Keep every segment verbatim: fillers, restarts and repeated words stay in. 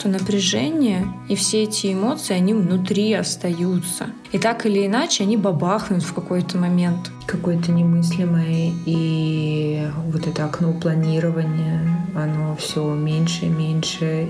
что напряжение и все эти эмоции, они внутри остаются. И так или иначе они бабахнут в какой-то момент. Какое-то немыслимое, и вот это окно планирования, оно все меньше и меньше.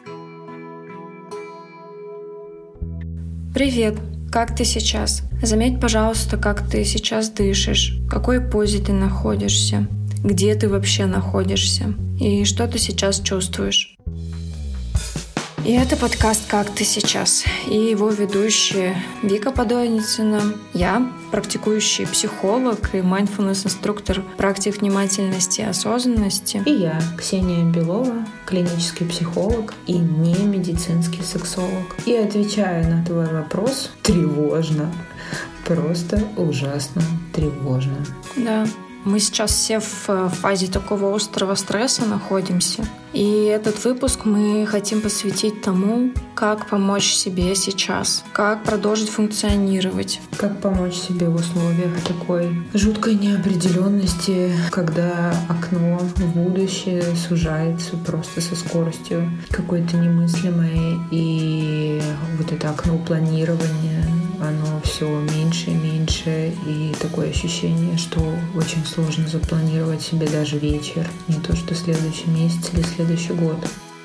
Привет! Как ты сейчас? Заметь, пожалуйста, как ты сейчас дышишь, в какой позе ты находишься, где ты вообще находишься и что ты сейчас чувствуешь. И это подкаст «Как ты сейчас?» и его ведущие Вика Подойницына, я, практикующий психолог и mindfulness-инструктор практик внимательности и осознанности. И я, Ксения Белова, клинический психолог и не медицинский сексолог. И отвечаю на твой вопрос тревожно. Просто ужасно тревожно. Да. Мы сейчас все в фазе такого острого стресса находимся. И этот выпуск мы хотим посвятить тому, как помочь себе сейчас, как продолжить функционировать. Как помочь себе в условиях такой жуткой неопределенности, когда окно в будущее сужается просто со скоростью какой-то немыслимой, и вот это окно планирования, оно все меньше и меньше, и такое ощущение, что очень сложно запланировать себе даже вечер, не то что следующий месяц или следующий год.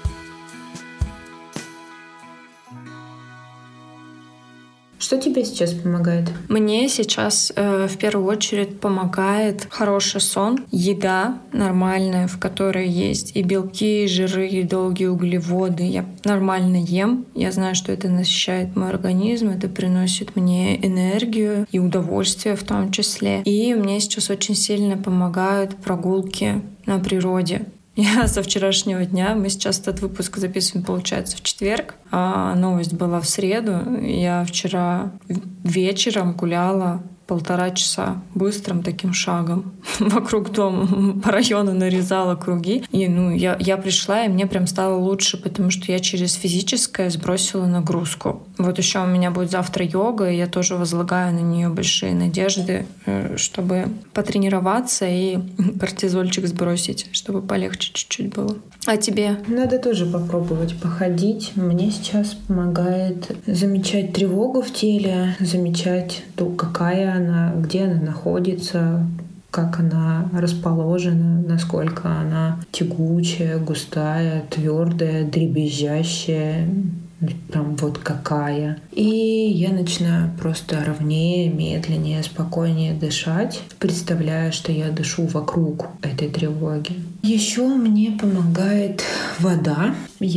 Что тебе сейчас помогает? Мне сейчас э, в первую очередь помогает хороший сон, еда нормальная, в которой есть и белки, и жиры, и долгие углеводы. Я нормально ем. Я знаю, что это насыщает мой организм, это приносит мне энергию и удовольствие в том числе. И мне сейчас очень сильно помогают прогулки на природе. Я со вчерашнего дня, мы сейчас этот выпуск записываем, получается, в четверг, а новость была в среду. Я вчера вечером гуляла полтора часа быстрым таким шагом вокруг дома, по району нарезала круги. И ну, я, я пришла, и мне прям стало лучше, потому что я через физическое сбросила нагрузку. Вот еще у меня будет завтра йога, и я тоже возлагаю на нее большие надежды, чтобы потренироваться и кортизольчик сбросить, чтобы полегче чуть-чуть было. А тебе? Надо тоже попробовать походить. Мне сейчас помогает замечать тревогу в теле, замечать то, какая она, где она находится, как она расположена, насколько она тягучая, густая, твердая, дребезжащая. Прям вот какая. И я начинаю просто ровнее, медленнее, спокойнее дышать, представляя, что я дышу вокруг этой тревоги. Еще мне помогает вода.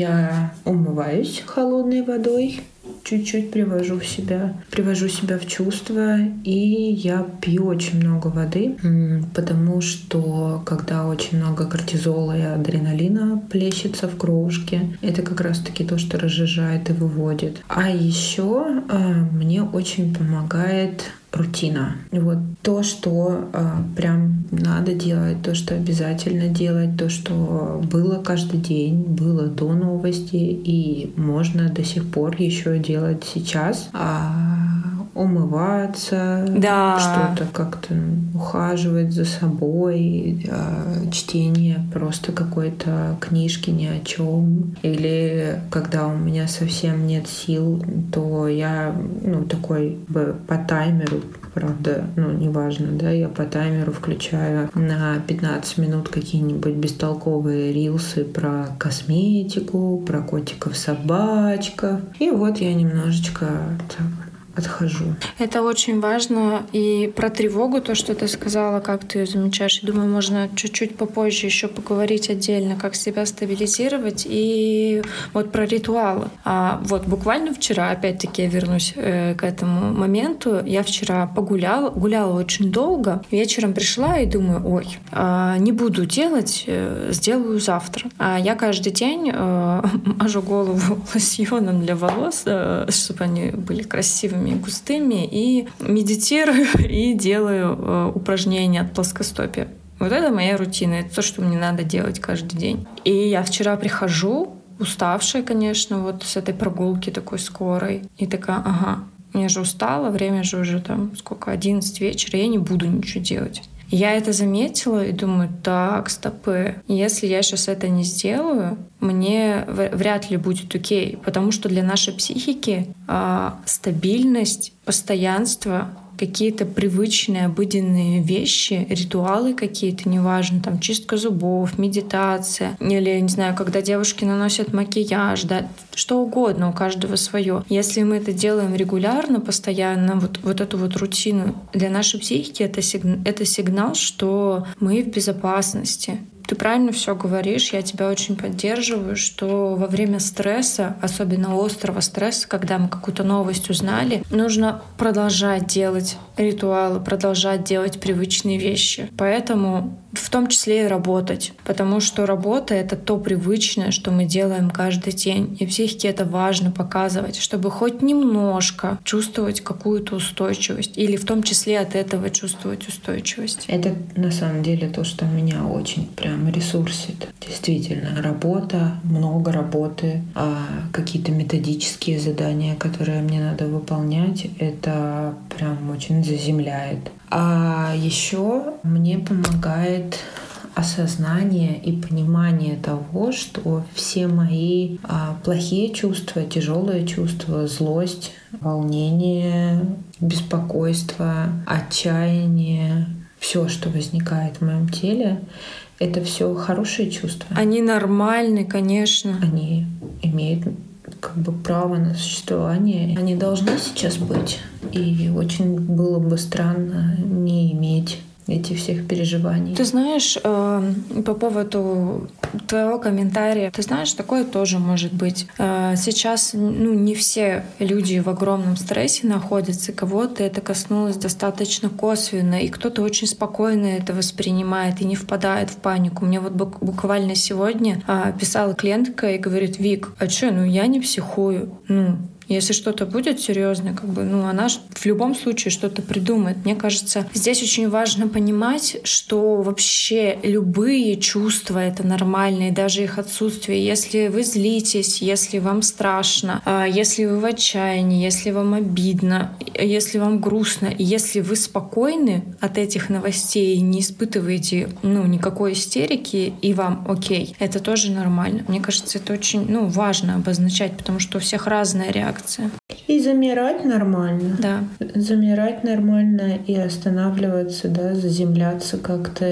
Я умываюсь холодной водой, чуть-чуть привожу в себя, привожу себя в чувство, и я пью очень много воды, потому что когда очень много кортизола и адреналина плещется в кровушке, это как раз-таки то, что разжижает и выводит. А еще э, мне очень помогает рутина. Вот то, что э, прям надо делать, то, что обязательно делать, то, что было каждый день, было до новости и можно до сих пор еще делать сейчас. А умываться, да. что-то как-то ухаживать за собой, э, чтение просто какой-то книжки ни о чем. Или когда у меня совсем нет сил, то я ну, такой бы по таймеру, правда, ну, неважно, да, я по таймеру включаю на пятнадцать минут какие-нибудь бестолковые рилсы про косметику, про котиков-собачков. И вот я немножечко так отхожу. Это очень важно. И про тревогу, то, что ты сказала, как ты ее замечаешь, я думаю, можно чуть-чуть попозже еще поговорить отдельно, как себя стабилизировать, и вот про ритуалы. А вот буквально вчера, опять-таки я вернусь э, к этому моменту, я вчера погуляла, гуляла очень долго, вечером пришла и думаю, ой, э, не буду делать, э, сделаю завтра. А я каждый день э, мажу голову лосьоном для волос, э, чтобы они были красивыми, густыми, и медитирую, и делаю э, упражнения от плоскостопия. Вот это моя рутина, это то, что мне надо делать каждый день. И я вчера прихожу, уставшая, конечно, вот с этой прогулки такой скорой, и такая, ага, я же устала, время же уже там сколько, одиннадцать вечера, я не буду ничего делать. Я это заметила и думаю, так, стопы. Если я сейчас это не сделаю, мне вряд ли будет окей, потому что для нашей психики а, стабильность, постоянство, какие-то привычные, обыденные вещи, ритуалы какие-то, неважно, там чистка зубов, медитация, или, не знаю, когда девушки наносят макияж, да, что угодно, у каждого свое. Если мы это делаем регулярно, постоянно, вот, вот эту вот рутину, для нашей психики это, сигнал, это сигнал, что мы в безопасности. Ты правильно все говоришь, я тебя очень поддерживаю, что во время стресса, особенно острого стресса, когда мы какую-то новость узнали, нужно продолжать делать ритуалы, продолжать делать привычные вещи. Поэтому в том числе и работать, потому что работа — это то привычное, что мы делаем каждый день. И психике это важно показывать, чтобы хоть немножко чувствовать какую-то устойчивость или в том числе от этого чувствовать устойчивость. Это на самом деле то, что меня очень прям ресурсит. Действительно, работа, много работы, а какие-то методические задания, которые мне надо выполнять, это прям очень заземляет. А еще мне помогает осознание и понимание того, что все мои а, плохие чувства, тяжелые чувства, злость, волнение, беспокойство, отчаяние, все, что возникает в моем теле, это все хорошие чувства. Они нормальны, конечно. Они имеют как бы право на существование. Они должны сейчас быть. И очень было бы странно не иметь этих всех переживаний. Ты знаешь, э, по поводу твоего комментария, ты знаешь, такое тоже может быть. Э, сейчас ну, не все люди в огромном стрессе находятся, кого-то это коснулось достаточно косвенно, и кто-то очень спокойно это воспринимает и не впадает в панику. Мне вот буквально сегодня э, писала клиентка и говорит: Вик, а что, ну я не психую, ну если что-то будет серьезное, как бы, ну, она в любом случае что-то придумает. Мне кажется, здесь очень важно понимать, что вообще любые чувства — это нормально, и даже их отсутствие. Если вы злитесь, если вам страшно, если вы в отчаянии, если вам обидно, если вам грустно, и если вы спокойны от этих новостей и не испытываете, ну, никакой истерики, и вам окей, это тоже нормально. Мне кажется, это очень, ну, важно обозначать, потому что у всех разная реакция. И замирать нормально. Да. Замирать нормально и останавливаться, да, заземляться как-то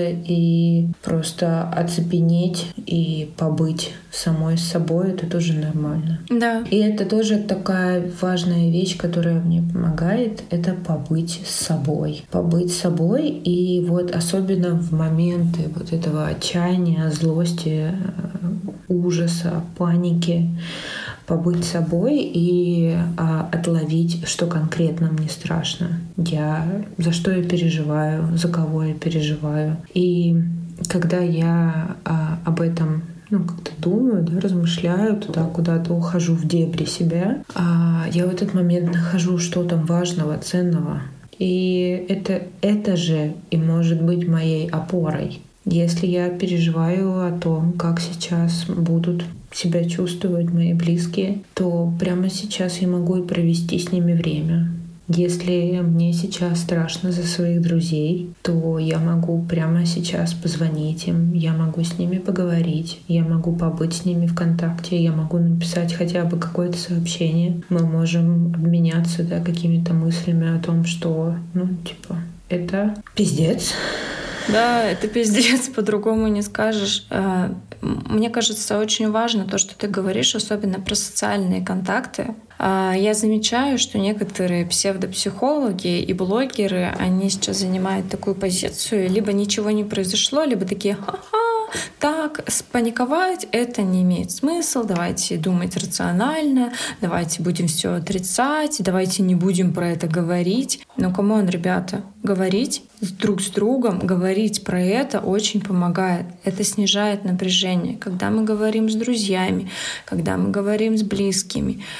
и просто оцепенеть и побыть самой с собой, это тоже нормально. Да. И это тоже такая важная вещь, которая мне помогает, это побыть с собой. Побыть с собой, и вот особенно в моменты вот этого отчаяния, злости, ужаса, паники, побыть собой и а, отловить, что конкретно мне страшно. Я за что я переживаю, за кого я переживаю. И когда я а, об этом ну, как-то думаю, да, размышляю, туда куда-то ухожу в дебри себя, а я в этот момент нахожу, что там важного, ценного. И это, это же и может быть моей опорой. Если я переживаю о том, как сейчас будут себя чувствовать мои близкие, то прямо сейчас я могу и провести с ними время. Если мне сейчас страшно за своих друзей, то я могу прямо сейчас позвонить им, я могу с ними поговорить, я могу побыть с ними в контакте, я могу написать хотя бы какое-то сообщение. Мы можем обменяться, да, какими-то мыслями о том, что, ну, типа, это пиздец. Да, это пиздец, по-другому не скажешь. Мне кажется, очень важно то, что ты говоришь, особенно про социальные контакты. Я замечаю, что некоторые псевдопсихологи и блогеры, они сейчас занимают такую позицию, либо ничего не произошло, либо такие: ха-ха, так, спаниковать это не имеет смысла, давайте думать рационально, давайте будем все отрицать, давайте не будем про это говорить. Но камон, ребята, говорить друг с другом, говорить про это очень помогает. Это снижает напряжение. Когда мы говорим с друзьями, когда мы говорим с близкими,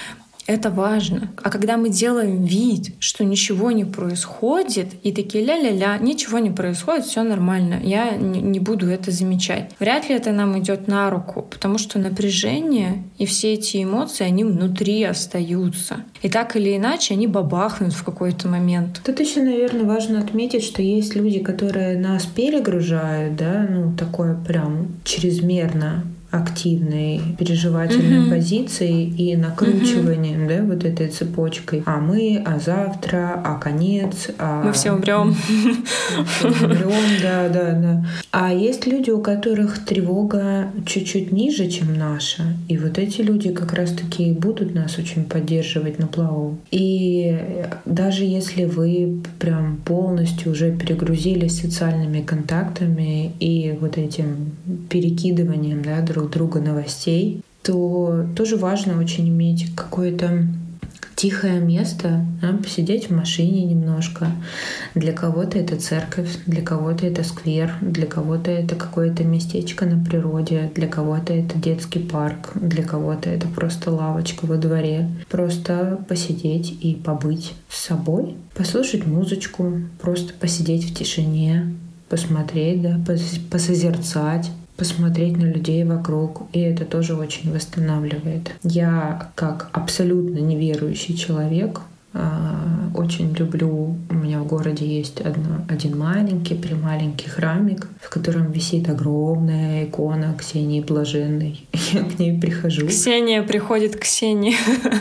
Это важно. А когда мы делаем вид, что ничего не происходит, и такие ля-ля-ля, ничего не происходит, все нормально, я не буду это замечать. Вряд ли это нам идет на руку, потому что напряжение и все эти эмоции, они внутри остаются. И так или иначе они бабахнут в какой-то момент. Тут еще, наверное, важно отметить, что есть люди, которые нас перегружают, да, ну, такое прям чрезмерно активной переживательной mm-hmm. позицией и накручиванием, mm-hmm. да, вот этой цепочкой. А мы, а завтра, а конец, а... Мы все умрем. Мы все умрем, да, да, да. А есть люди, у которых тревога чуть-чуть ниже, чем наша. И вот эти люди как раз-таки будут нас очень поддерживать на плаву. И даже если вы прям полностью уже перегрузились социальными контактами и вот этим перекидыванием, да, друг друга новостей, то тоже важно очень иметь какое-то тихое место, да, посидеть в машине немножко. Для кого-то это церковь, для кого-то это сквер, для кого-то это какое-то местечко на природе, для кого-то это детский парк, для кого-то это просто лавочка во дворе. Просто посидеть и побыть с собой, послушать музычку, просто посидеть в тишине, посмотреть, да, посозерцать, посмотреть на людей вокруг, и это тоже очень восстанавливает. Я, как абсолютно неверующий человек, очень люблю, у меня в городе есть одно, один маленький, прималенький храмик, в котором висит огромная икона Ксении Блаженной. Я к ней прихожу. Ксения приходит к Ксении.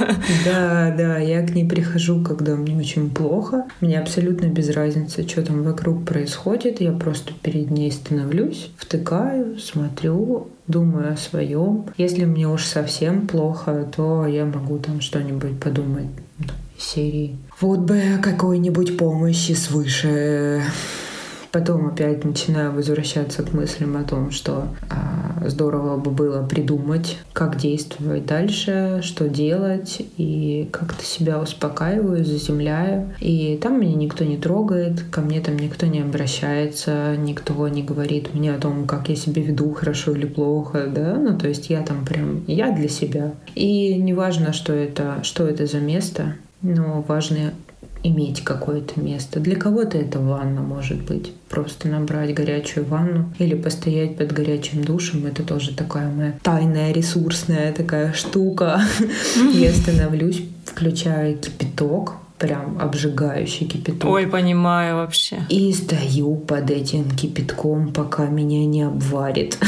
Да, да, я к ней прихожу, когда мне очень плохо. Мне абсолютно без разницы, что там вокруг происходит. Я просто перед ней становлюсь, втыкаю, смотрю, думаю о своем. Если мне уж совсем плохо, то я могу там что-нибудь подумать серии. Вот бы какой-нибудь помощи свыше. Потом опять начинаю возвращаться к мыслям о том, что а, здорово бы было придумать, как действовать дальше, что делать, и как-то себя успокаиваю, заземляю. И там меня никто не трогает, ко мне там никто не обращается, никто не говорит мне о том, как я себя веду, хорошо или плохо, да, ну то есть я там прям, я для себя. И неважно, что это, что это за место, но важно иметь какое-то место. Для кого-то это ванна может быть. Просто набрать горячую ванну или постоять под горячим душем. Это тоже такая моя тайная, ресурсная такая штука. Я становлюсь, включаю кипяток, прям обжигающий кипяток. Ой, понимаю вообще. И стою под этим кипятком, пока меня не обварит.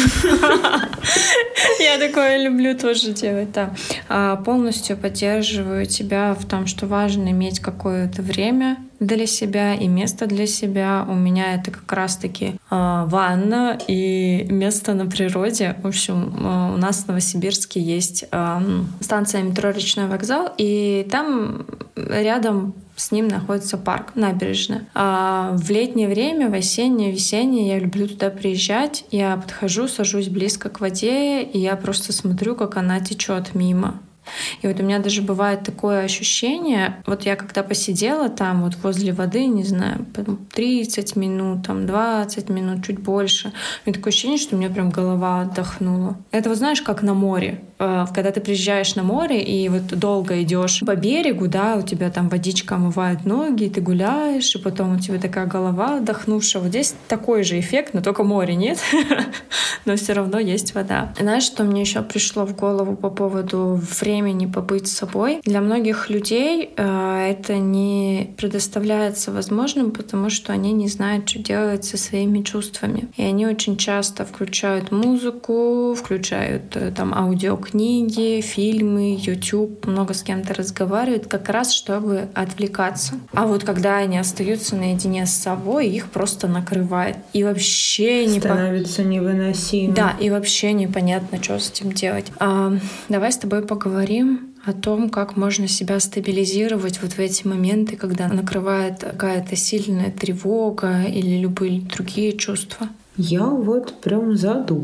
Я такое люблю тоже делать, да. А, полностью поддерживаю тебя в том, что важно иметь какое-то время для себя и место для себя. У меня это как раз-таки а, ванна и место на природе. В общем, а, у нас в Новосибирске есть а, станция метро «Речной вокзал», и там рядом с ним находится парк, набережная. А в летнее время, в осеннее, весеннее я люблю туда приезжать. Я подхожу, сажусь близко к воде, и я просто смотрю, как она течет мимо. И вот у меня даже бывает такое ощущение, вот я когда посидела там вот возле воды, не знаю, тридцать минут, там двадцать минут, чуть больше, у меня такое ощущение, что у меня прям голова отдохнула. Это вот знаешь, как на море. Когда ты приезжаешь на море и вот долго идешь по берегу, да, у тебя там водичка омывает ноги, ты гуляешь, и потом у тебя такая голова отдохнувшая. Вот здесь такой же эффект, но только моря нет, но все равно есть вода. Знаешь, что мне еще пришло в голову по поводу времени побыть с собой? Для многих людей э, это не предоставляется возможным, потому что они не знают, что делать со своими чувствами. И они очень часто включают музыку, включают э, там аудиокниги, книги, фильмы, YouTube, много с кем-то разговаривают, как раз чтобы отвлекаться. А вот когда они остаются наедине с собой, их просто накрывает. И вообще не становится по... невыносимо. Да, и вообще непонятно, что с этим делать. А, давай с тобой поговорим о том, как можно себя стабилизировать вот в эти моменты, когда накрывает какая-то сильная тревога или любые другие чувства. Я вот прям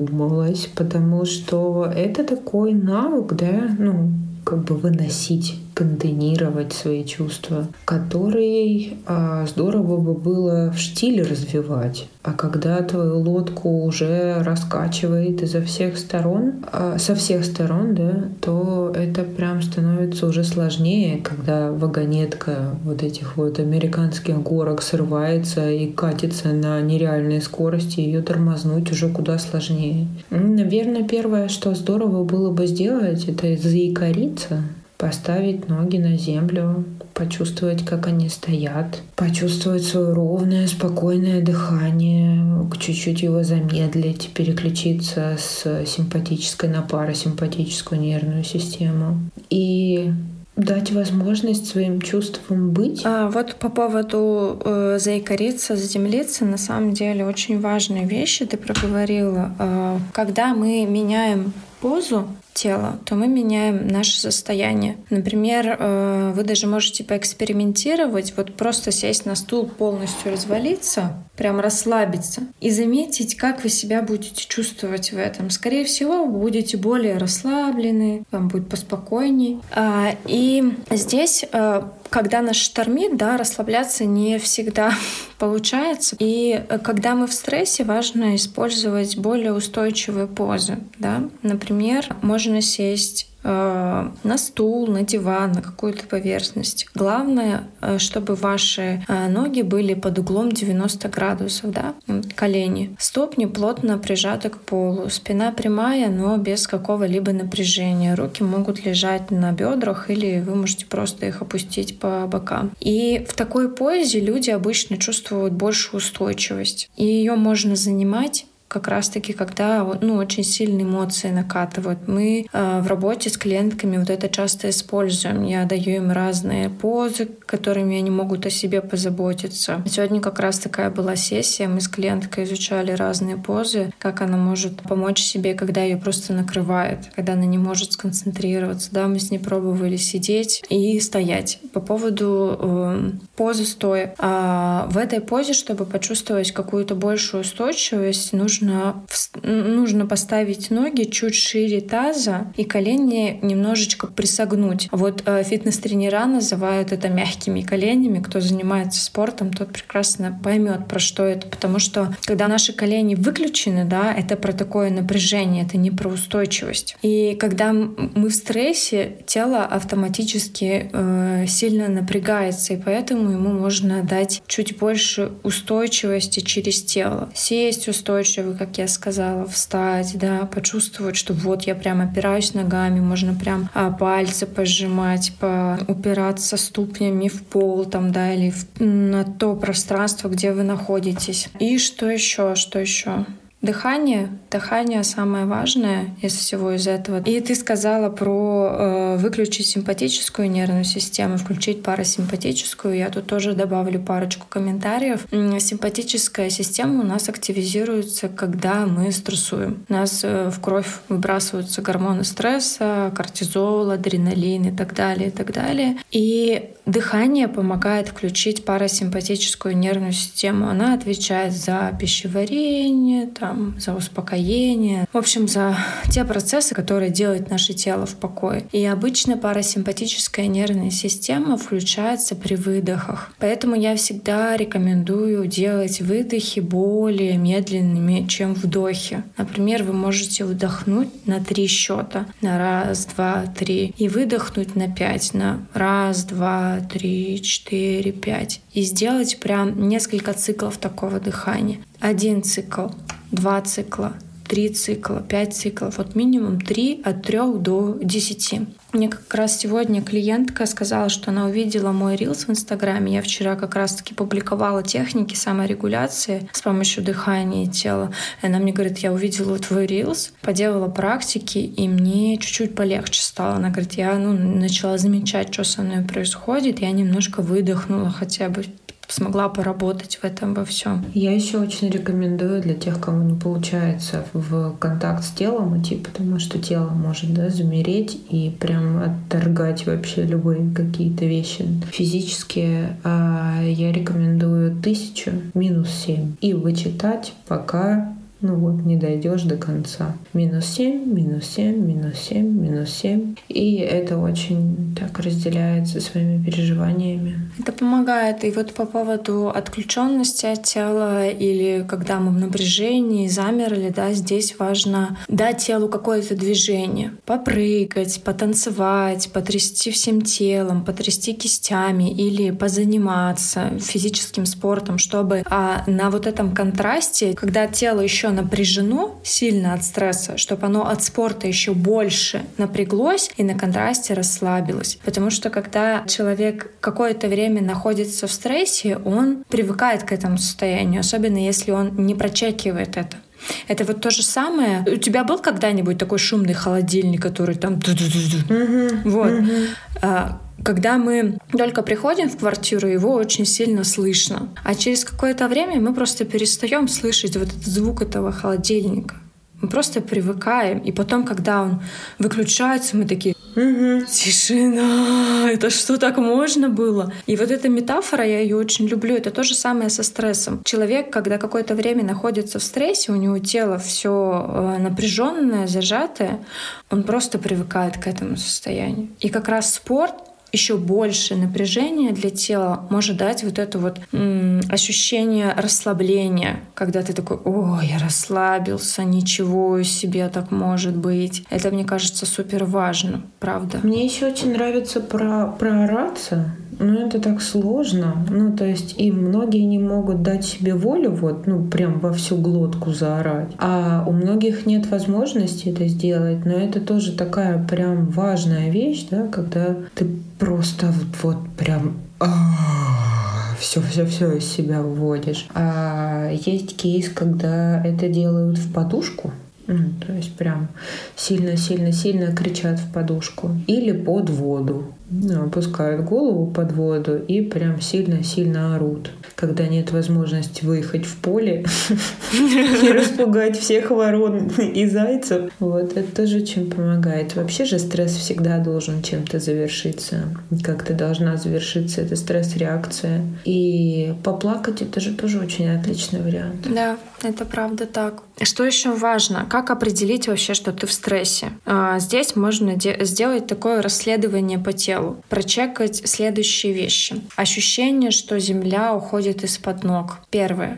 задумалась, потому что это такой навык, да, ну, как бы выносить контейнировать свои чувства, который а, здорово бы было в штиле развивать. А когда твою лодку уже раскачивает изо всех сторон, а, со всех сторон, да, то это прям становится уже сложнее, когда вагонетка вот этих вот американских горок срывается и катится на нереальной скорости, ее тормознуть уже куда сложнее. Наверное, первое, что здорово было бы сделать, это заикариться, поставить ноги на землю, почувствовать, как они стоят, почувствовать свое ровное, спокойное дыхание, чуть-чуть его замедлить, переключиться с симпатической на парасимпатическую нервную систему и дать возможность своим чувствам быть. А вот по поводу э, заикариться, заземлиться, на самом деле очень важные вещи ты проговорила. Э, когда мы меняем позу тела, то мы меняем наше состояние. Например, э, вы даже можете поэкспериментировать, вот просто сесть на стул, полностью развалиться, прям расслабиться и заметить, как вы себя будете чувствовать в этом. Скорее всего, вы будете более расслаблены, вам будет поспокойней. А, и здесь, э, когда нас штормит, да, расслабляться не всегда получается. И когда мы в стрессе, важно использовать более устойчивые позы. Да? Например, можно сесть э, на стул, на диван, на какую-то поверхность. Главное, э, чтобы ваши э, ноги были под углом девяносто градусов, да? Колени. Ступни плотно прижаты к полу. Спина прямая, но без какого-либо напряжения. Руки могут лежать на бедрах, или вы можете просто их опустить по бокам. И в такой позе люди обычно чувствуют большую устойчивость. И ее можно занимать как раз-таки, когда ну, очень сильные эмоции накатывают. Мы э, в работе с клиентками вот это часто используем. Я даю им разные позы, которыми они могут о себе позаботиться. Сегодня как раз такая была сессия. Мы с клиенткой изучали разные позы, как она может помочь себе, когда ее просто накрывает, когда она не может сконцентрироваться. Да, мы с ней пробовали сидеть и стоять. По поводу э, позы стоя. А в этой позе, чтобы почувствовать какую-то большую устойчивость, нужно Нужно, нужно поставить ноги чуть шире таза и колени немножечко присогнуть. Вот э, фитнес-тренера называют это мягкими коленями. Кто занимается спортом, тот прекрасно поймет, про что это. Потому что когда наши колени выключены, да, это про такое напряжение, это не про устойчивость. И когда мы в стрессе, тело автоматически э, сильно напрягается, и поэтому ему можно дать чуть больше устойчивости через тело. Сесть устойчиво, как я сказала, встать, да, почувствовать, что вот я прям опираюсь ногами, можно прям а, пальцы пожимать, по, упираться ступнями в пол, там, да, или в, на то пространство, где вы находитесь. И что еще, что еще? Дыхание. Дыхание самое важное из всего из этого. И ты сказала про э, выключить симпатическую нервную систему, включить парасимпатическую. Я тут тоже добавлю парочку комментариев. Симпатическая система у нас активизируется, когда мы стрессуем. У нас э, в кровь выбрасываются гормоны стресса, кортизол, адреналин и так далее, и так далее. И дыхание помогает включить парасимпатическую нервную систему. Она отвечает за пищеварение, там, за успокоение, в общем, за те процессы, которые делают наше тело в покое. И обычно парасимпатическая нервная система включается при выдохах. Поэтому я всегда рекомендую делать выдохи более медленными, чем вдохи. Например, вы можете вдохнуть на три счета, на раз, два, три, и выдохнуть на пять, на раз, два, три, четыре, пять. И сделать прям несколько циклов такого дыхания. Один цикл, два цикла, три цикла, пять циклов. Вот минимум три, от трех до десяти. Мне как раз сегодня клиентка сказала, что она увидела мой рилс в Инстаграме. Я вчера как раз-таки публиковала техники саморегуляции с помощью дыхания и тела. И она мне говорит, я увидела твой рилс, поделала практики, и мне чуть-чуть полегче стало. Она говорит, я ну, начала замечать, что со мной происходит. Я немножко выдохнула хотя бы, смогла поработать в этом во всем. Я еще очень рекомендую для тех, кому не получается в контакт с телом идти, потому что тело может, да, замереть и прям отторгать вообще любые какие-то вещи физические. А я рекомендую тысячу минус семь и вычитать, пока Ну вот, не дойдешь до конца. Минус семь, минус семь, минус семь, минус семь. И это очень так разделяется своими переживаниями. Это помогает. И вот по поводу отключенности от тела или когда мы в напряжении, замерли, да, здесь важно дать телу какое-то движение. Попрыгать, потанцевать, потрясти всем телом, потрясти кистями или позаниматься физическим спортом, чтобы а, на вот этом контрасте, когда тело еще напряжено сильно от стресса, чтобы оно от спорта еще больше напряглось и на контрасте расслабилось. Потому что когда человек какое-то время находится в стрессе, он привыкает к этому состоянию, особенно если он не прочекивает это. Это вот то же самое. У тебя был когда-нибудь такой шумный холодильник, который там... Mm-hmm. Вот. Mm-hmm. Когда мы только приходим в квартиру, его очень сильно слышно. А через какое-то время мы просто перестаем слышать вот этот звук этого холодильника. Мы просто привыкаем. И потом, когда он выключается, мы такие: угу. Тишина! Это что, так можно было? И вот эта метафора, я ее очень люблю. Это то же самое со стрессом. Человек, когда какое-то время находится в стрессе, у него тело все напряженное, зажатое, он просто привыкает к этому состоянию. И как раз спорт еще больше напряжения для тела может дать вот это вот м- ощущение расслабления, когда ты такой: о, я расслабился, ничего себе, так может быть. Это, мне кажется, супер важно, правда. Мне еще очень нравится про проораться. Но это так сложно. Ну, то есть, и многие не могут дать себе волю, вот, ну, прям во всю глотку заорать. А у многих нет возможности это сделать. Но это тоже такая прям важная вещь, да, когда ты просто вот, вот прям все-все-все из себя выводишь. А есть кейс, когда это делают в подушку. Ну, то есть прям сильно-сильно-сильно кричат в подушку. Или под воду. Ну, опускают голову под воду и прям сильно-сильно орут. Когда нет возможности выехать в поле и распугать всех ворон и зайцев. Вот, это тоже очень помогает. Вообще же стресс всегда должен чем-то завершиться. Как-то должна завершиться эта стресс-реакция. И поплакать — это же тоже очень отличный вариант. Да, это правда так. Что еще важно? Как определить вообще, что ты в стрессе? Здесь можно де- сделать такое расследование по телу. Прочекать следующие вещи. Ощущение, что земля уходит из-под ног. Первое.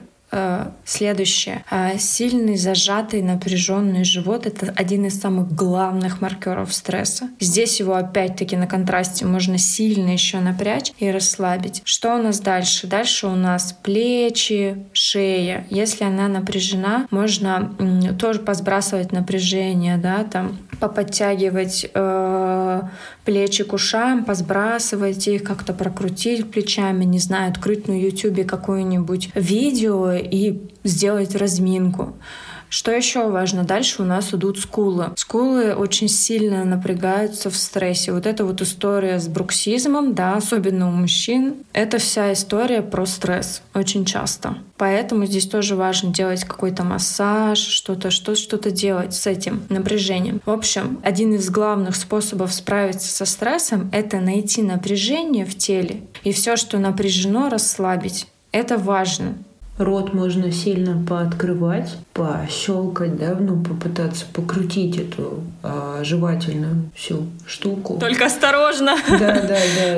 Следующее. Сильный, зажатый, напряженный живот — это один из самых главных маркеров стресса. Здесь его опять-таки на контрасте можно сильно еще напрячь и расслабить. Что у нас дальше? Дальше у нас плечи, шея. Если она напряжена, можно тоже посбрасывать напряжение, да, там поподтягивать э, плечи к ушам, посбрасывать их, как-то прокрутить плечами, не знаю, открыть на ютубе какое-нибудь видео и сделать разминку. Что еще важно? Дальше у нас идут скулы. Скулы очень сильно напрягаются в стрессе. Вот эта вот история с бруксизмом, да, особенно у мужчин, это вся история про стресс очень часто. Поэтому здесь тоже важно делать какой-то массаж, что-то, что, что-то делать с этим напряжением. В общем, один из главных способов справиться со стрессом — это найти напряжение в теле и все, что напряжено, расслабить. Это важно. Рот можно сильно пооткрывать, пощелкать, да, ну, попытаться покрутить эту а, жевательную всю штуку. Только осторожно. Да, да, да.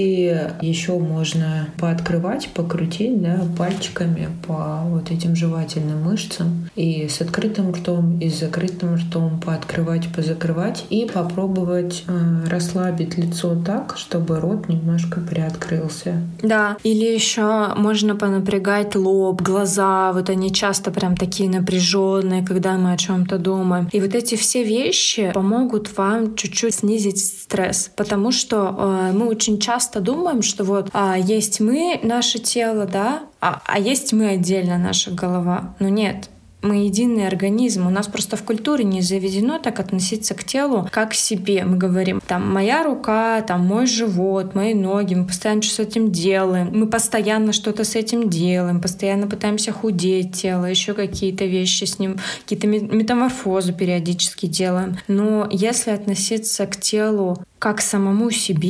И еще можно пооткрывать, покрутить, да, пальчиками по вот этим жевательным мышцам. И с открытым ртом, и с закрытым ртом пооткрывать, позакрывать. И попробовать э, расслабить лицо так, чтобы рот немножко приоткрылся. Да. Или еще можно понапрягать лоб, глаза. Вот они часто прям такие напряженные, когда мы о чем-то думаем. И вот эти все вещи помогут вам чуть-чуть снизить стресс, потому что э, мы очень часто думаем, что вот э, есть мы, наше тело, да, а, а есть мы отдельно, наша голова. Но нет. Мы единый организм. У нас просто в культуре не заведено так относиться к телу, как к себе. Мы говорим, там, моя рука, там, мой живот, мои ноги. Мы постоянно что-то с этим делаем. Мы постоянно что-то с этим делаем. Постоянно пытаемся худеть тело, еще какие-то вещи с ним, какие-то метаморфозы периодически делаем. Но если относиться к телу как к самому себе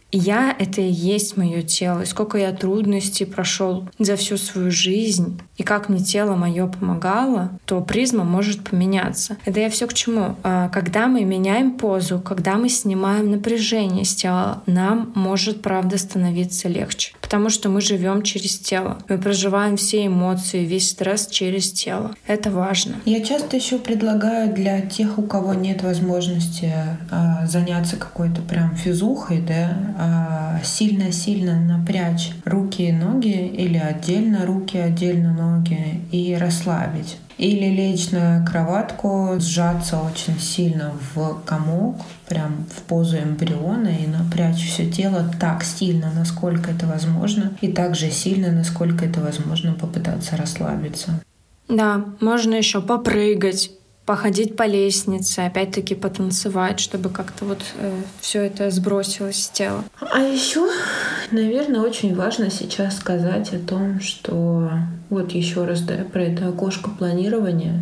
Я — это и есть мое тело. И сколько я трудностей прошел за всю свою жизнь, и как мне тело мое помогало, то призма может поменяться. Это я все к чему? Когда мы меняем позу, когда мы снимаем напряжение с тела, нам может, правда, становиться легче. Потому что мы живем через тело. Мы проживаем все эмоции, весь стресс через тело. Это важно. Я часто еще предлагаю для тех, у кого нет возможности а, заняться какой-то прям физухой, да, а, сильно-сильно напрячь руки и ноги или отдельно руки, отдельно ноги и расслабить. Или лечь на кроватку, сжаться очень сильно в комок, прям в позу эмбриона и напрячь все тело так сильно, насколько это возможно, и так же сильно, насколько это возможно, попытаться расслабиться. Да, можно еще попрыгать, походить по лестнице, опять-таки потанцевать, чтобы как-то вот э, все это сбросилось с тела. А еще, наверное, очень важно сейчас сказать о том, что вот еще раз, да, про это окошко планирования.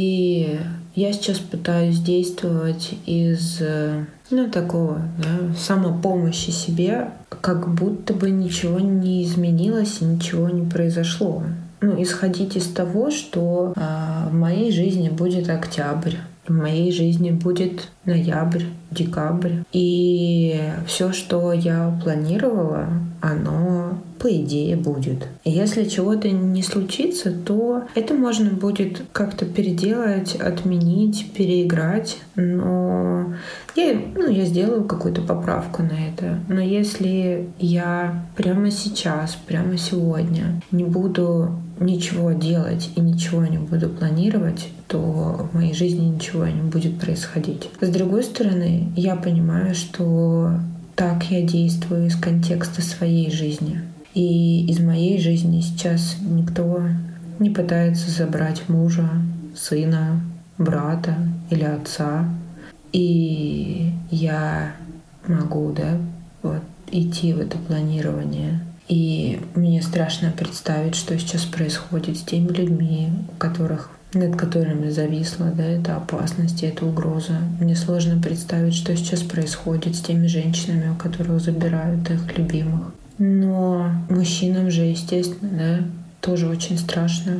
И я сейчас пытаюсь действовать из, ну, такого, да, самопомощи себе, как будто бы ничего не изменилось и ничего не произошло. Ну, исходить из того, что а, в моей жизни будет октябрь, в моей жизни будет ноябрь, декабрь. И все, что я планировала, оно, по идее, будет. И если чего-то не случится, то это можно будет как-то переделать, отменить, переиграть. Но я, ну, я сделаю какую-то поправку на это. Но если я прямо сейчас, прямо сегодня не буду ничего делать и ничего не буду планировать, то в моей жизни ничего не будет происходить. С другой стороны, я понимаю, что так я действую из контекста своей жизни. И из моей жизни сейчас никто не пытается забрать мужа, сына, брата или отца. И я могу, да, вот, идти в это планирование. И мне страшно представить, что сейчас происходит с теми людьми, у которых, над которыми зависла, да, эта опасность, эта угроза. Мне сложно представить, что сейчас происходит с теми женщинами, у которых забирают их любимых. Но мужчинам же, естественно, да, тоже очень страшно.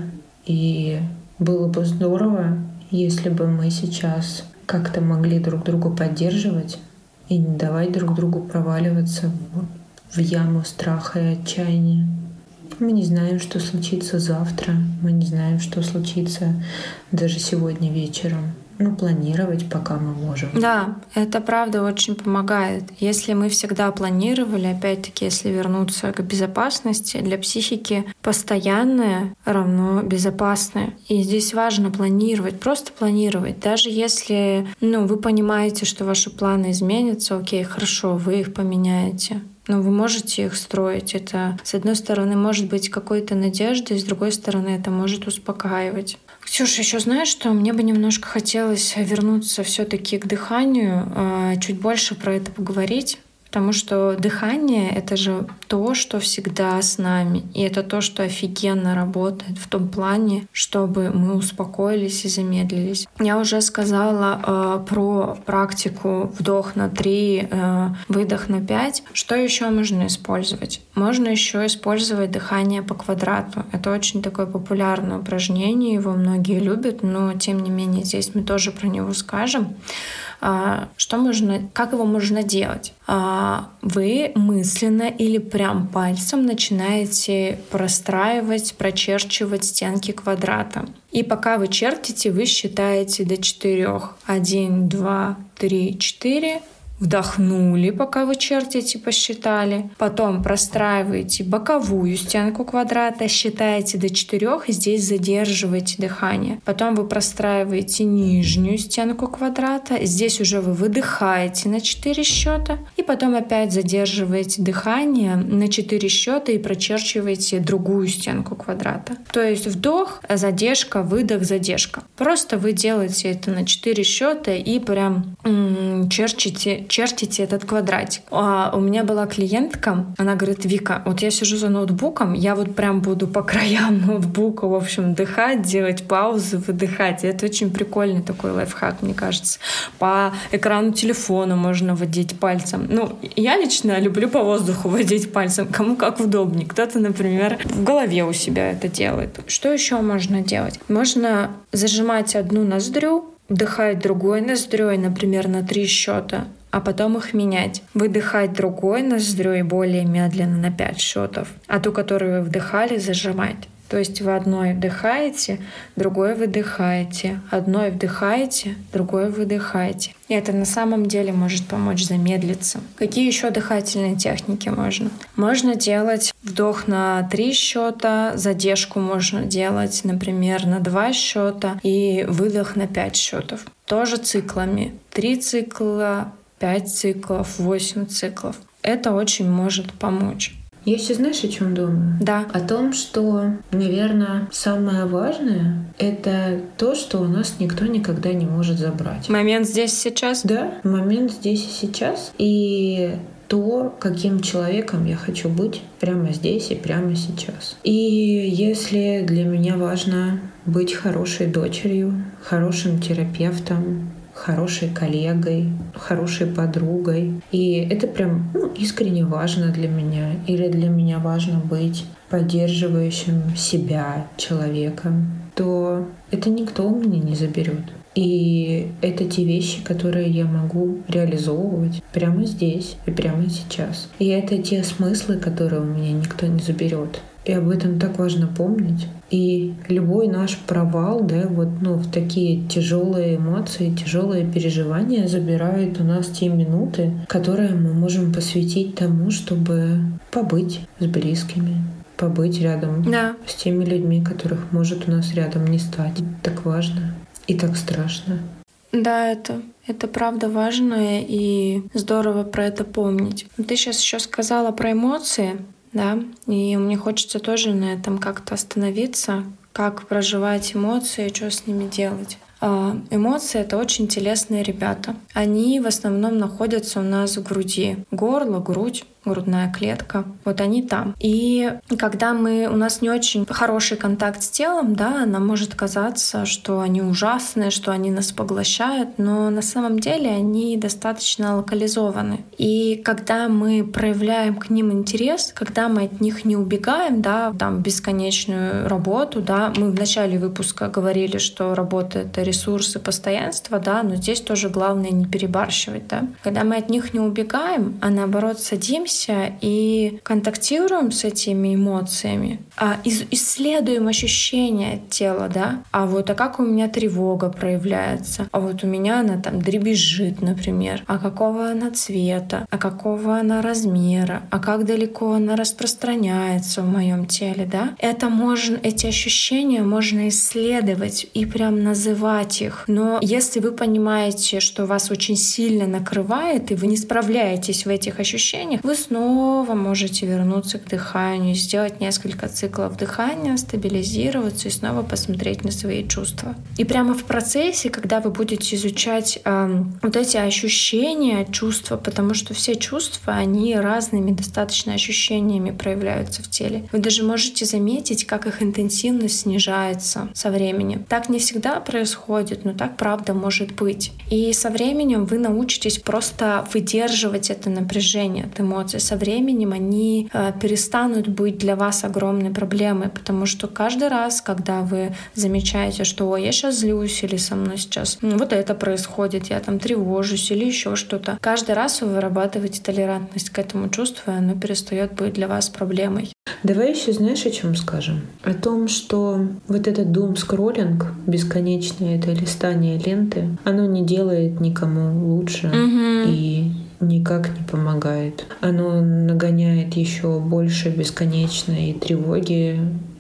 И было бы здорово, если бы мы сейчас как-то могли друг друга поддерживать и не давать друг другу проваливаться в яму страха и отчаяния. Мы не знаем, что случится завтра. Мы не знаем, что случится даже сегодня вечером. Ну, планировать пока мы можем. Да, это правда очень помогает. Если мы всегда планировали, опять-таки, если вернуться к безопасности, для психики постоянное равно безопасное. И здесь важно планировать, просто планировать. Даже если, ну, вы понимаете, что ваши планы изменятся, окей, хорошо, вы их поменяете. Но вы можете их строить. Это, с одной стороны, может быть какой-то надеждой, с другой стороны, это может успокаивать. Ксюша, еще знаешь, что мне бы немножко хотелось вернуться все-таки к дыханию, чуть больше про это поговорить. Потому что дыхание — это же то, что всегда с нами. И это то, что офигенно работает в том плане, чтобы мы успокоились и замедлились. Я уже сказала э, про практику вдох на три, э, выдох на пять. Что еще можно использовать? Можно еще использовать дыхание по квадрату. Это очень такое популярное упражнение, его многие любят, но тем не менее здесь мы тоже про него скажем. Что можно, как его можно делать? Вы мысленно или прям пальцем начинаете простраивать, прочерчивать стенки квадрата. И пока вы чертите, вы считаете до четырех. Один, два, три, четыре. Вдохнули, пока вы чертите, посчитали. Потом простраиваете боковую стенку квадрата, считаете до четырех и здесь задерживаете дыхание. Потом вы простраиваете нижнюю стенку квадрата. Здесь уже вы выдыхаете на четыре счета. И потом опять задерживаете дыхание на четыре счета и прочерчиваете другую стенку квадрата. То есть вдох, задержка, выдох, задержка. Просто вы делаете это на четыре счета и прям м- черчите чертите этот квадратик. А у меня была клиентка, она говорит: Вика, вот я сижу за ноутбуком, я вот прям буду по краям ноутбука, в общем, дыхать, делать паузы, выдыхать. И это очень прикольный такой лайфхак, мне кажется. По экрану телефона можно водить пальцем. Ну, Ну, я лично люблю по воздуху водить пальцем, кому как удобнее. Кто-то, например, в голове у себя это делает. Что еще можно делать? Можно зажимать одну ноздрю, вдыхать другой ноздрёй, например, на три счета, а потом их менять. Выдыхать другой ноздрёй более медленно на пять счетов, а ту, которую вы вдыхали, зажимать. То есть вы одной вдыхаете, другой выдыхаете, одной вдыхаете, другой выдыхаете. И это на самом деле может помочь замедлиться. Какие еще дыхательные техники можно? Можно делать вдох на три счета, задержку можно делать, например, на два счета и выдох на пять счетов. Тоже циклами. Три цикла, пять циклов, восемь циклов. Это очень может помочь. Я сейчас знаешь, о чем думаю? Да. О том, что, наверное, самое важное — это то, что у нас никто никогда не может забрать. Момент здесь сейчас? Да, момент здесь и сейчас. И то, каким человеком я хочу быть прямо здесь и прямо сейчас. И если для меня важно быть хорошей дочерью, хорошим терапевтом, хорошей коллегой, хорошей подругой. И это прям ну, искренне важно для меня. Или для меня важно быть поддерживающим себя человеком, то это никто у меня не заберет. И это те вещи, которые я могу реализовывать прямо здесь и прямо сейчас. И это те смыслы, которые у меня никто не заберет. И об этом так важно помнить. И любой наш провал, да, вот, ну, в такие тяжелые эмоции, тяжелые переживания забирает у нас те минуты, которые мы можем посвятить тому, чтобы побыть с близкими, побыть рядом да. с теми людьми, которых может у нас рядом не стать. Так важно и так страшно. Да, это, это правда важно, и здорово про это помнить. Ты сейчас еще сказала про эмоции. Да, и мне хочется тоже на этом как-то остановиться, как проживать эмоции, что с ними делать. Эмоции — это очень телесные ребята. Они в основном находятся у нас в груди. Горло, грудь, грудная клетка. Вот они там. И когда мы, у нас не очень хороший контакт с телом, да, нам может казаться, что они ужасные, что они нас поглощают, но на самом деле они достаточно локализованы. И когда мы проявляем к ним интерес, когда мы от них не убегаем, да, там, бесконечную работу, да, мы в начале выпуска говорили, что работа — это ресурсы, постоянство, да, но здесь тоже главное не перебарщивать, да. Когда мы от них не убегаем, а наоборот садимся и контактируем с этими эмоциями, а исследуем ощущения тела, да, а вот а как у меня тревога проявляется, а вот у меня она там дребезжит, например, а какого она цвета, а какого она размера, а как далеко она распространяется в моем теле, да, это можно, эти ощущения можно исследовать и прям называть их, но если вы понимаете, что вас очень сильно накрывает и вы не справляетесь в этих ощущениях, вы снова можете вернуться к дыханию, сделать несколько циклов дыхания, стабилизироваться и снова посмотреть на свои чувства. И прямо в процессе, когда вы будете изучать э, вот эти ощущения, чувства, потому что все чувства, они разными достаточно ощущениями проявляются в теле. Вы даже можете заметить, как их интенсивность снижается со временем. Так не всегда происходит, но так правда может быть. И со временем вы научитесь просто выдерживать это напряжение от эмоций. Со временем они э, перестанут быть для вас огромной проблемой, потому что каждый раз, когда вы замечаете, что «Ой, я сейчас злюсь» или «Со мной сейчас вот это происходит, я там тревожусь» или еще что-то, каждый раз вы вырабатываете толерантность к этому чувству, и оно перестает быть для вас проблемой. Давай еще знаешь, о чем скажем? О том, что вот этот doom-скроллинг, бесконечное это листание ленты, оно не делает никому лучше mm-hmm. и никак не помогает. Оно нагоняет еще больше бесконечной тревоги,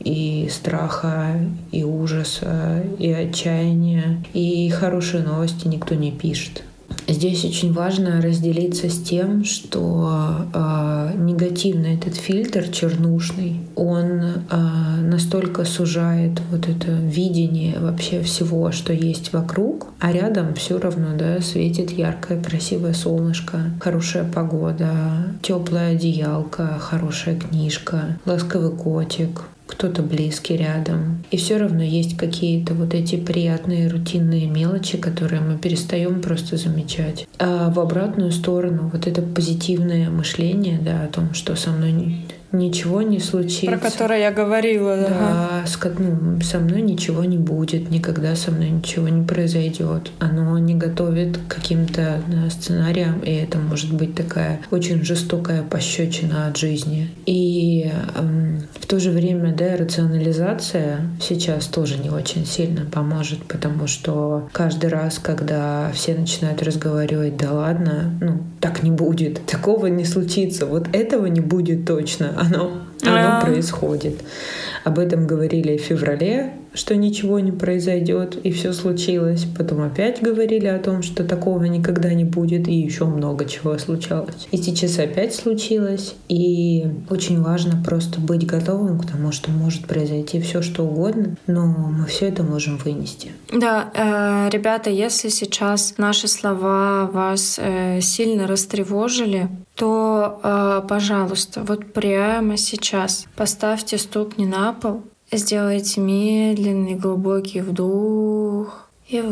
и страха, и ужаса, и отчаяния. И хорошие новости никто не пишет. Здесь очень важно разделиться с тем, что э, негативный этот фильтр чернушный, он э, настолько сужает вот это видение вообще всего, что есть вокруг, а рядом все равно, да, светит яркое, красивое солнышко, хорошая погода, теплая одеялка, хорошая книжка, ласковый котик, кто-то близкий рядом. И все равно есть какие-то вот эти приятные рутинные мелочи, которые мы перестаем просто замечать. А в обратную сторону вот это позитивное мышление, да, о том, что со мной ничего не случится. Про которое я говорила, да. Да, с, ну, со мной ничего не будет, никогда со мной ничего не произойдет. Оно не готовит к каким-то да, сценариям, и это может быть такая очень жестокая пощечина от жизни. И эм, в то же время, да, рационализация сейчас тоже не очень сильно поможет, потому что каждый раз, когда все начинают разговаривать, да ладно, ну, так не будет, такого не случится, вот этого не будет точно, оно, оно а. происходит. Об этом говорили в феврале, что ничего не произойдет, и все случилось. Потом опять говорили о том, что такого никогда не будет, и еще много чего случалось. И сейчас опять случилось, и очень важно просто быть готовым к тому, что может произойти все что угодно, но мы все это можем вынести. Да, э, ребята, если сейчас наши слова вас э, сильно растревожили, то, э, пожалуйста, вот прямо сейчас поставьте ступни на пол, сделайте медленный глубокий вдох и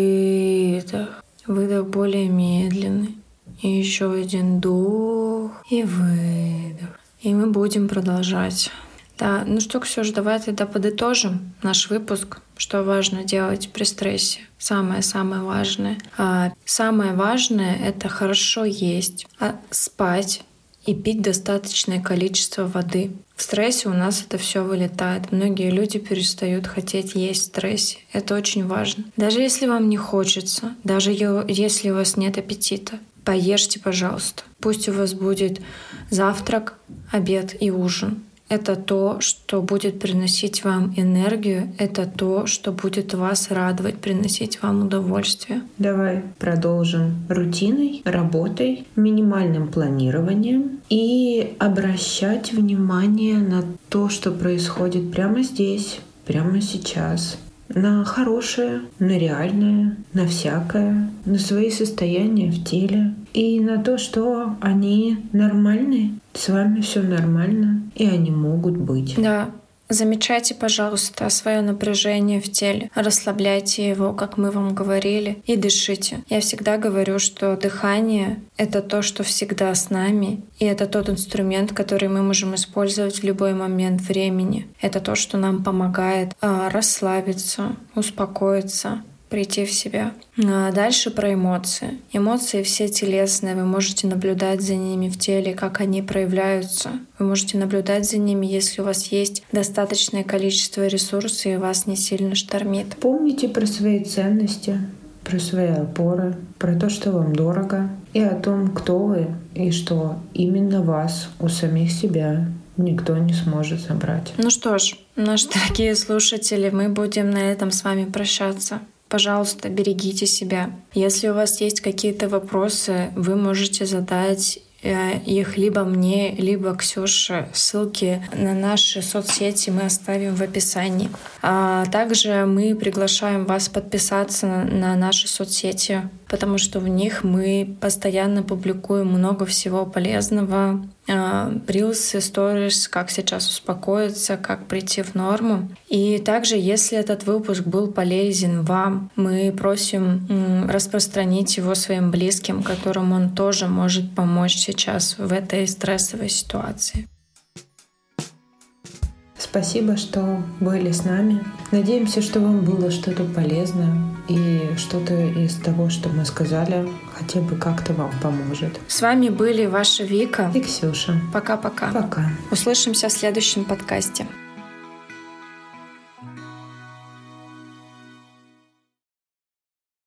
выдох. Выдох более медленный. И еще один вдох и выдох. И мы будем продолжать. Да, ну что, Ксюш, давай тогда подытожим наш выпуск. Что важно делать при стрессе? Самое-самое важное. А самое важное — это хорошо есть, а спать и пить достаточное количество воды. В стрессе у нас это все вылетает. Многие люди перестают хотеть есть в стрессе. Это очень важно. Даже если вам не хочется, даже если у вас нет аппетита, поешьте, пожалуйста. Пусть у вас будет завтрак, обед и ужин. Это то, что будет приносить вам энергию, это то, что будет вас радовать, приносить вам удовольствие. Давай продолжим рутиной, работой, минимальным планированием и обращать внимание на то, что происходит прямо здесь, прямо сейчас. На хорошее, на реальное, на всякое, на свои состояния в теле и на то, что они нормальные, с вами все нормально, и они могут быть. Да. Замечайте, пожалуйста, свое напряжение в теле, расслабляйте его, как мы вам говорили, и дышите. Я всегда говорю, что дыхание — это то, что всегда с нами, и это тот инструмент, который мы можем использовать в любой момент времени. Это то, что нам помогает а, расслабиться, успокоиться, прийти в себя. А дальше про эмоции. Эмоции все телесные, вы можете наблюдать за ними в теле, как они проявляются. Вы можете наблюдать за ними, если у вас есть достаточное количество ресурсов и вас не сильно штормит. Помните про свои ценности, про свои опоры, про то, что вам дорого, и о том, кто вы, и что именно вас у самих себя никто не сможет забрать. Ну что ж, наши дорогие слушатели, мы будем на этом с вами прощаться. Пожалуйста, берегите себя. Если у вас есть какие-то вопросы, вы можете задать их либо мне, либо Ксюше. Ссылки на наши соцсети мы оставим в описании. А также мы приглашаем вас подписаться на наши соцсети, потому что в них мы постоянно публикуем много всего полезного. Рилсы, сторис, как сейчас успокоиться, как прийти в норму. И также, если этот выпуск был полезен вам, мы просим распространить его своим близким, которым он тоже может помочь сейчас в этой стрессовой ситуации. Спасибо, что были с нами. Надеемся, что вам было что-то полезное и что-то из того, что мы сказали, хотя бы как-то вам поможет. С вами были ваша Вика и Ксюша. Пока-пока. Пока. Услышимся в следующем подкасте.